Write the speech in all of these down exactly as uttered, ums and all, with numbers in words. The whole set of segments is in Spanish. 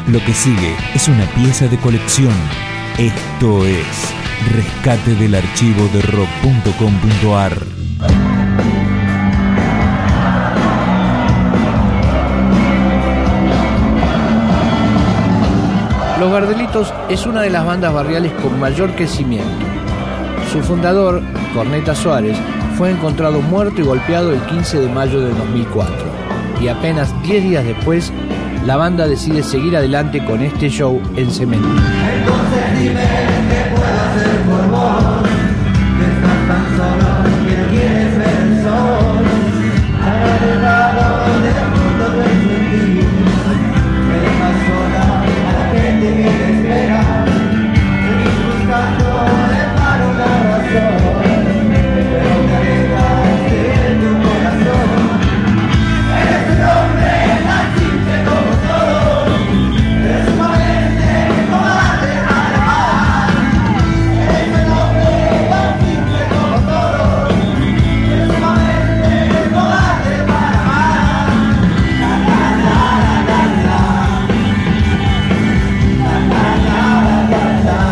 Lo que sigue es una pieza de colección. Esto es Rescate del archivo de rock punto com punto ar. Los Gardelitos es una de las bandas barriales con mayor crecimiento. Su fundador, Corneta Suárez, fue encontrado muerto y golpeado el quince de mayo de dos mil cuatro. Y apenas diez días después, la banda decide seguir adelante con este show en cemento. Entonces dime qué puedo hacer por vos, que estás tan solo, que no quieres ver el sol. Alrededor del mundo te sentí, me dejas sola a la gente que te espera. Seguís buscando para una razón, pero te alejas de tu corazón. Eres un hombre tan simple como todo, eres sumamente cobarde para amar. Eres un hombre tan simple como todo, eres sumamente cobarde para amar. La la la la la la, la la la la la la.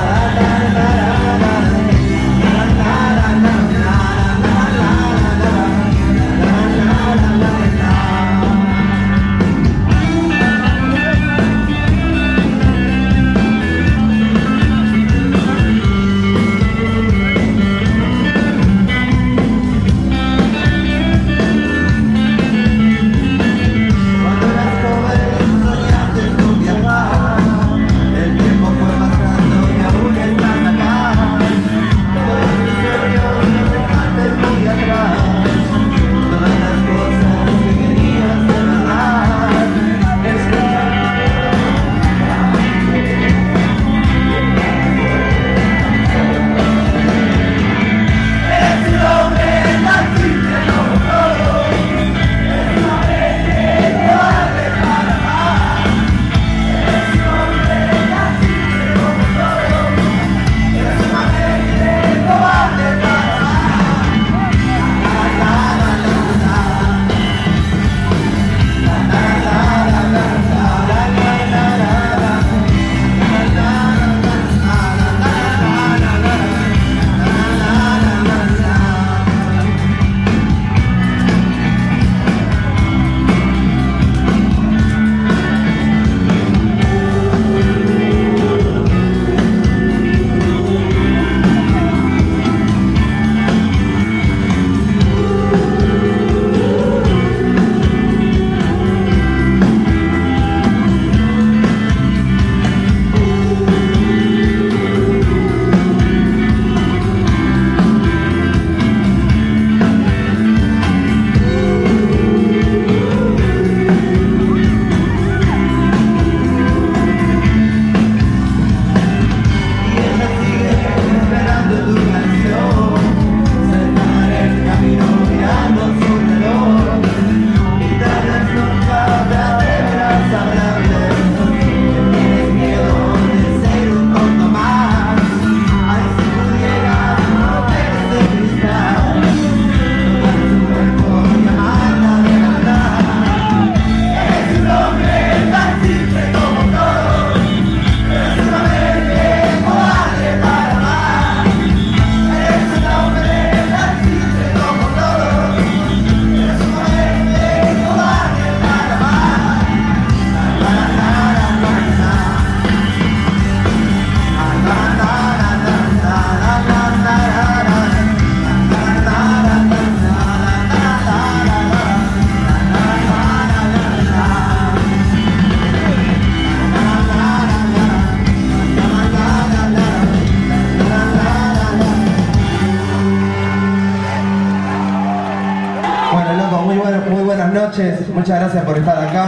Muchas gracias por estar acá.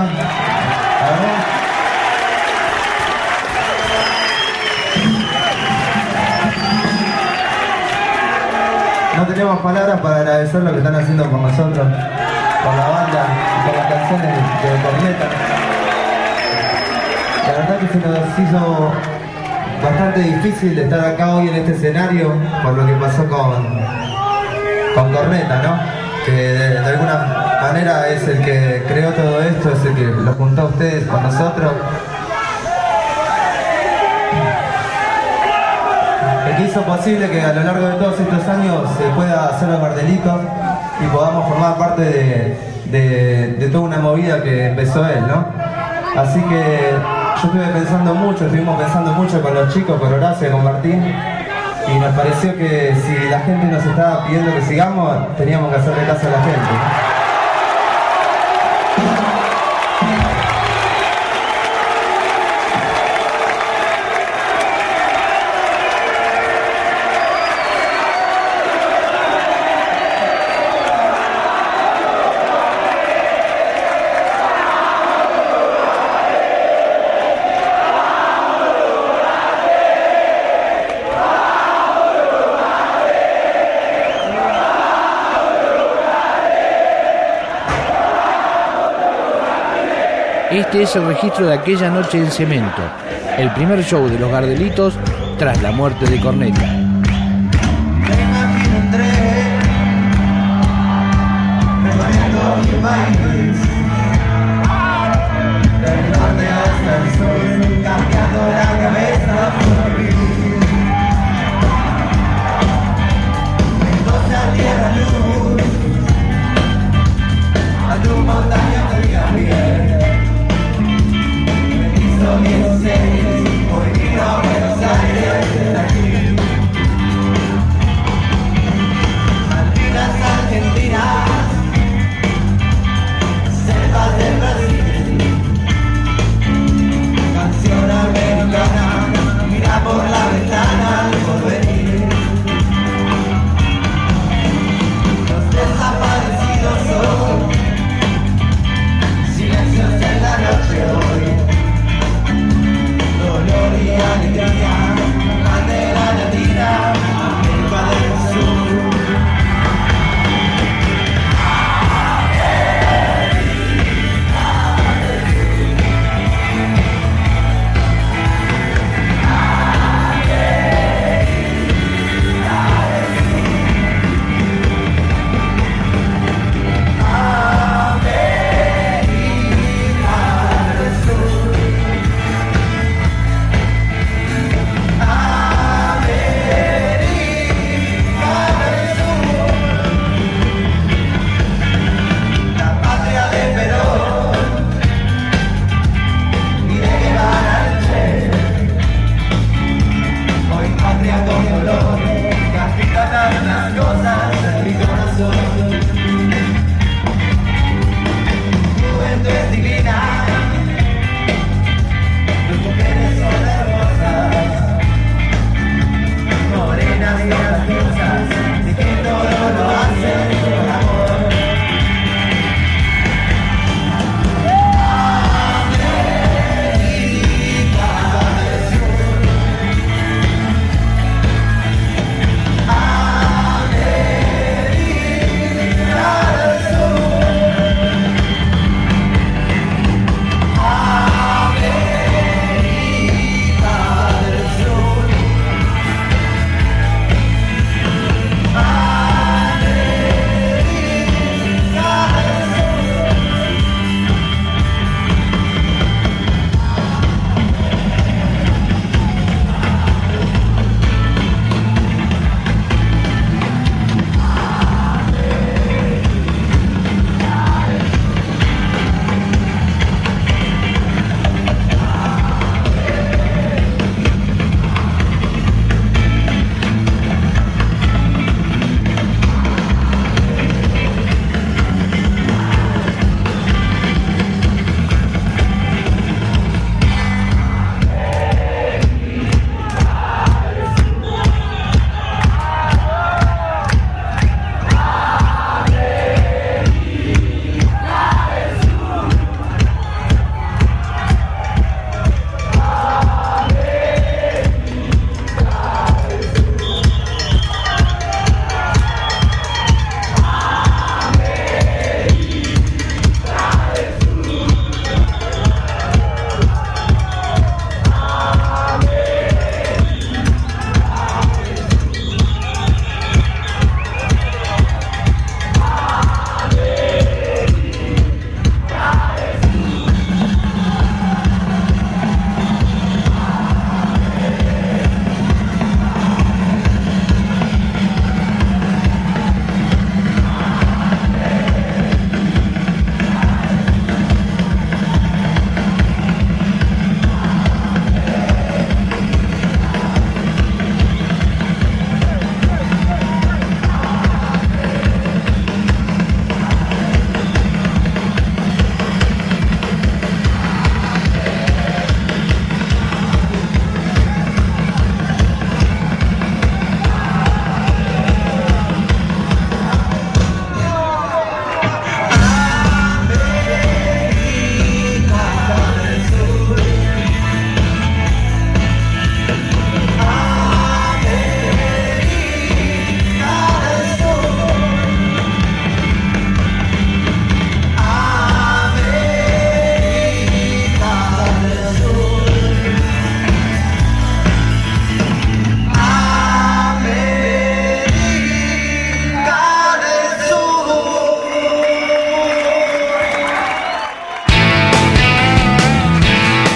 No tenemos palabras para agradecer lo que están haciendo con nosotros, con la banda, con las canciones de, de Corneta. La verdad que se nos hizo bastante difícil estar acá hoy en este escenario por lo que pasó con, con Corneta, ¿no? Que de, de alguna manera es el que creó todo esto, es el que lo juntó a ustedes con nosotros. el que hizo posible que a lo largo de todos estos años se pueda hacer los Gardelitos y podamos formar parte de, de, de toda una movida que empezó él, ¿no? Así que yo estuve pensando mucho, estuvimos pensando mucho con los chicos, con Horacio, con Martín, y nos pareció que si la gente nos estaba pidiendo que sigamos, teníamos que hacerle caso a la gente, ¿no? Este es el registro de aquella noche en Cemento, el primer show de los Gardelitos tras la muerte de Corneta. Me imagino en tren, recorriendo mi país, del norte hasta el sur, cambiando la cabeza por vivir. Mendoza, tierra, luz, a tu montaña te diga bien. dieciséis, hoy vino a Buenos Aires desde aquí. Malvinas Argentinas,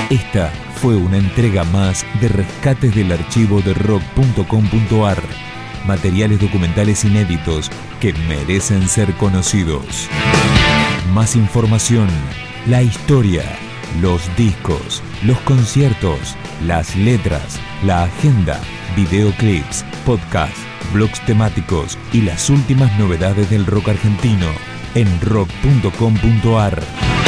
Esta fue una entrega más de Rescates del Archivo de rock punto com punto ar. Materiales documentales inéditos que merecen ser conocidos. Más información, la historia, los discos, los conciertos, las letras, la agenda, videoclips, podcasts, blogs temáticos y las últimas novedades del rock argentino en rock punto com punto ar.